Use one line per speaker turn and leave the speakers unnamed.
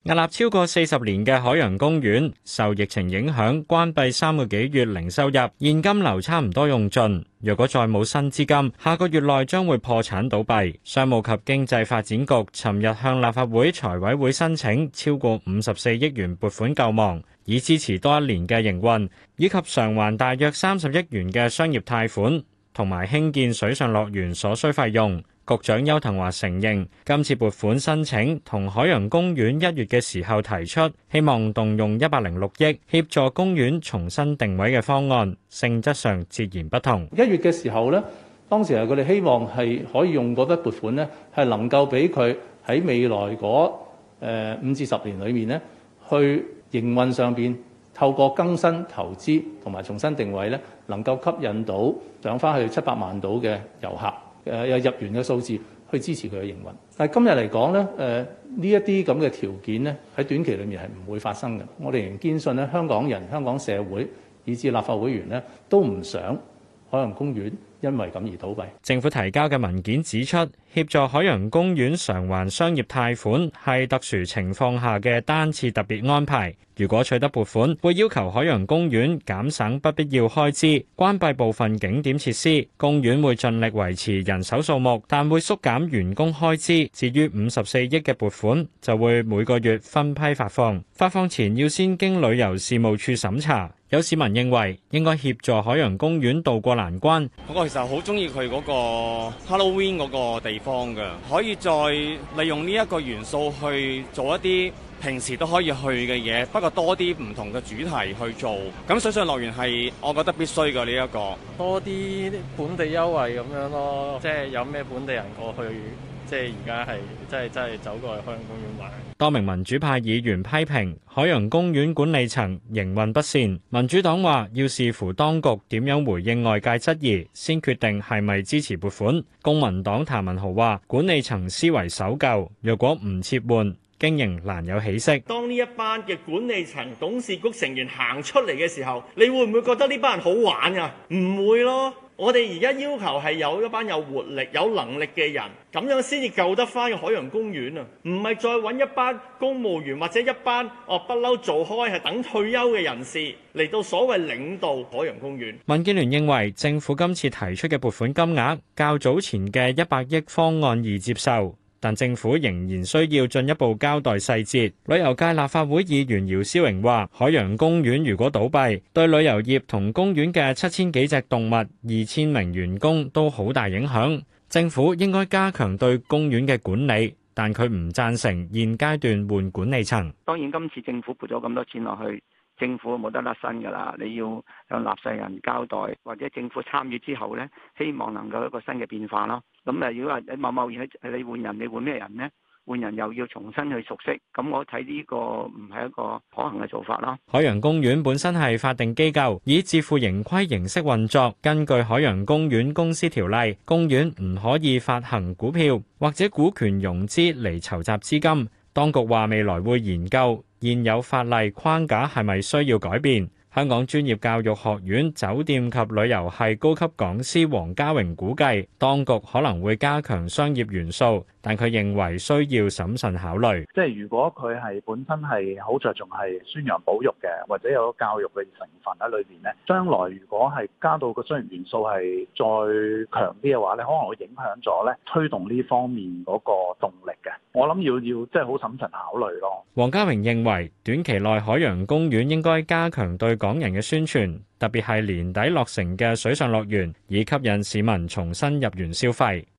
屹立超過40年嘅海洋公園受疫情影響關閉3個幾月零收入，現金流差唔多用盡。若果再冇新資金，下個月內將會破產倒閉。商務及經濟發展局尋日向立法會財委會申請超過54億元撥款救亡，以支持多1年嘅營運，以及償還大約30億元嘅商業貸款，同埋興建水上樂園所需費用。局長邱騰華承認，今次撥款申請同海洋公園1月嘅時候提出，希望動用106億協助公園重新定位嘅方案，性質上截然不同。
1月嘅時候咧，當時係佢哋希望係可以用嗰筆撥款咧，係能夠俾佢喺未來嗰5至10年裏面咧，去營運上邊透過更新投資同埋重新定位咧，能夠吸引到上翻去700萬度嘅遊客。有入園嘅數字去支持佢嘅營運，但係今日嚟講咧，呢一啲咁嘅條件咧，喺短期裏面係唔會發生嘅。我哋仍然堅信咧，香港人、香港社會以至立法會議員咧，都唔想海洋公園因為咁而倒閉。
政府提交嘅文件指出，協助海洋公園償還商業貸款係特殊情況下嘅單次特別安排。如果取得撥款，會要求海洋公園減省不必要開支，關閉部分景點設施。公園會盡力維持人手數目，但會縮減員工開支。至於54億嘅撥款，就會每個月分批發放。發放前要先經旅遊事務處審查。有市民認為應該協助海洋公園渡過難關。
我其實好中意佢嗰個 Halloween 嗰個地方嘅，可以再利用呢一個元素去做一啲平時都可以去嘅嘢，不過多啲唔同嘅主題去做。咁水上樂園係我覺得必須嘅呢一個，
多啲本地優惠咁樣咯，即係有咩本地人過去。即係而家係真係走過去海洋公園玩。
多名民主派議員批評海洋公園管理層營運不善。民主黨話要視乎當局點樣回應外界質疑，先決定係咪支持撥款。公民黨譚文豪話管理層思維守舊，若果唔撤換，經營難有起色。
當呢一班嘅管理層、董事局成員行出嚟嘅時候，你會唔會覺得呢班人好玩啊？唔會咯。我哋而家要求係有一班有活力、有能力嘅人，咁樣先至救得翻個海洋公園啊！唔係再揾一班公務員或者一班不嬲做開係等退休嘅人士嚟到所謂領導海洋公園。
民建聯認為政府今次提出嘅撥款金額較早前嘅100億方案易接受。但政府仍然需要進一步交代細節。旅遊界立法會議員姚思榮話：海洋公園如果倒閉，對旅遊業同公園嘅7000幾隻動物、2000名員工都好大影響。政府應該加強對公園嘅管理，但佢唔贊成現階段換管理層。
當然今次政府撥咗咁多錢落去，政府冇得甩身㗎啦。你要向納稅人交代，或者政府參與之後呢，希望能夠一個新嘅變化咯。咁如果話貿然你換人，你換咩人呢？換人又要重新去熟悉，咁我睇呢個唔係一個可行嘅做法咯。
海洋公園本身係法定機構，以自負盈虧形式運作。根據海洋公園公司條例，公園唔可以發行股票或者股權融資嚟籌集資金。當局話未來會研究現有法例框架係咪需要改變。香港專業教育學院酒店及旅遊系高級講師黃家榮估計，當局可能會加強商業元素，但佢認為需要審慎考慮。
即係如果佢係本身係好着重係宣揚保育嘅，或者有教育嘅成分喺裏邊咧，將來如果係加到個商業元素係再強啲嘅話咧，可能會影響咗咧推動呢方面嗰個動力嘅。我諗要即係好審慎考慮咯。
黃家榮認為短期內海洋公園應該加強對港人嘅宣傳，特別係年底落成嘅水上樂園，以吸引市民重新入園消費。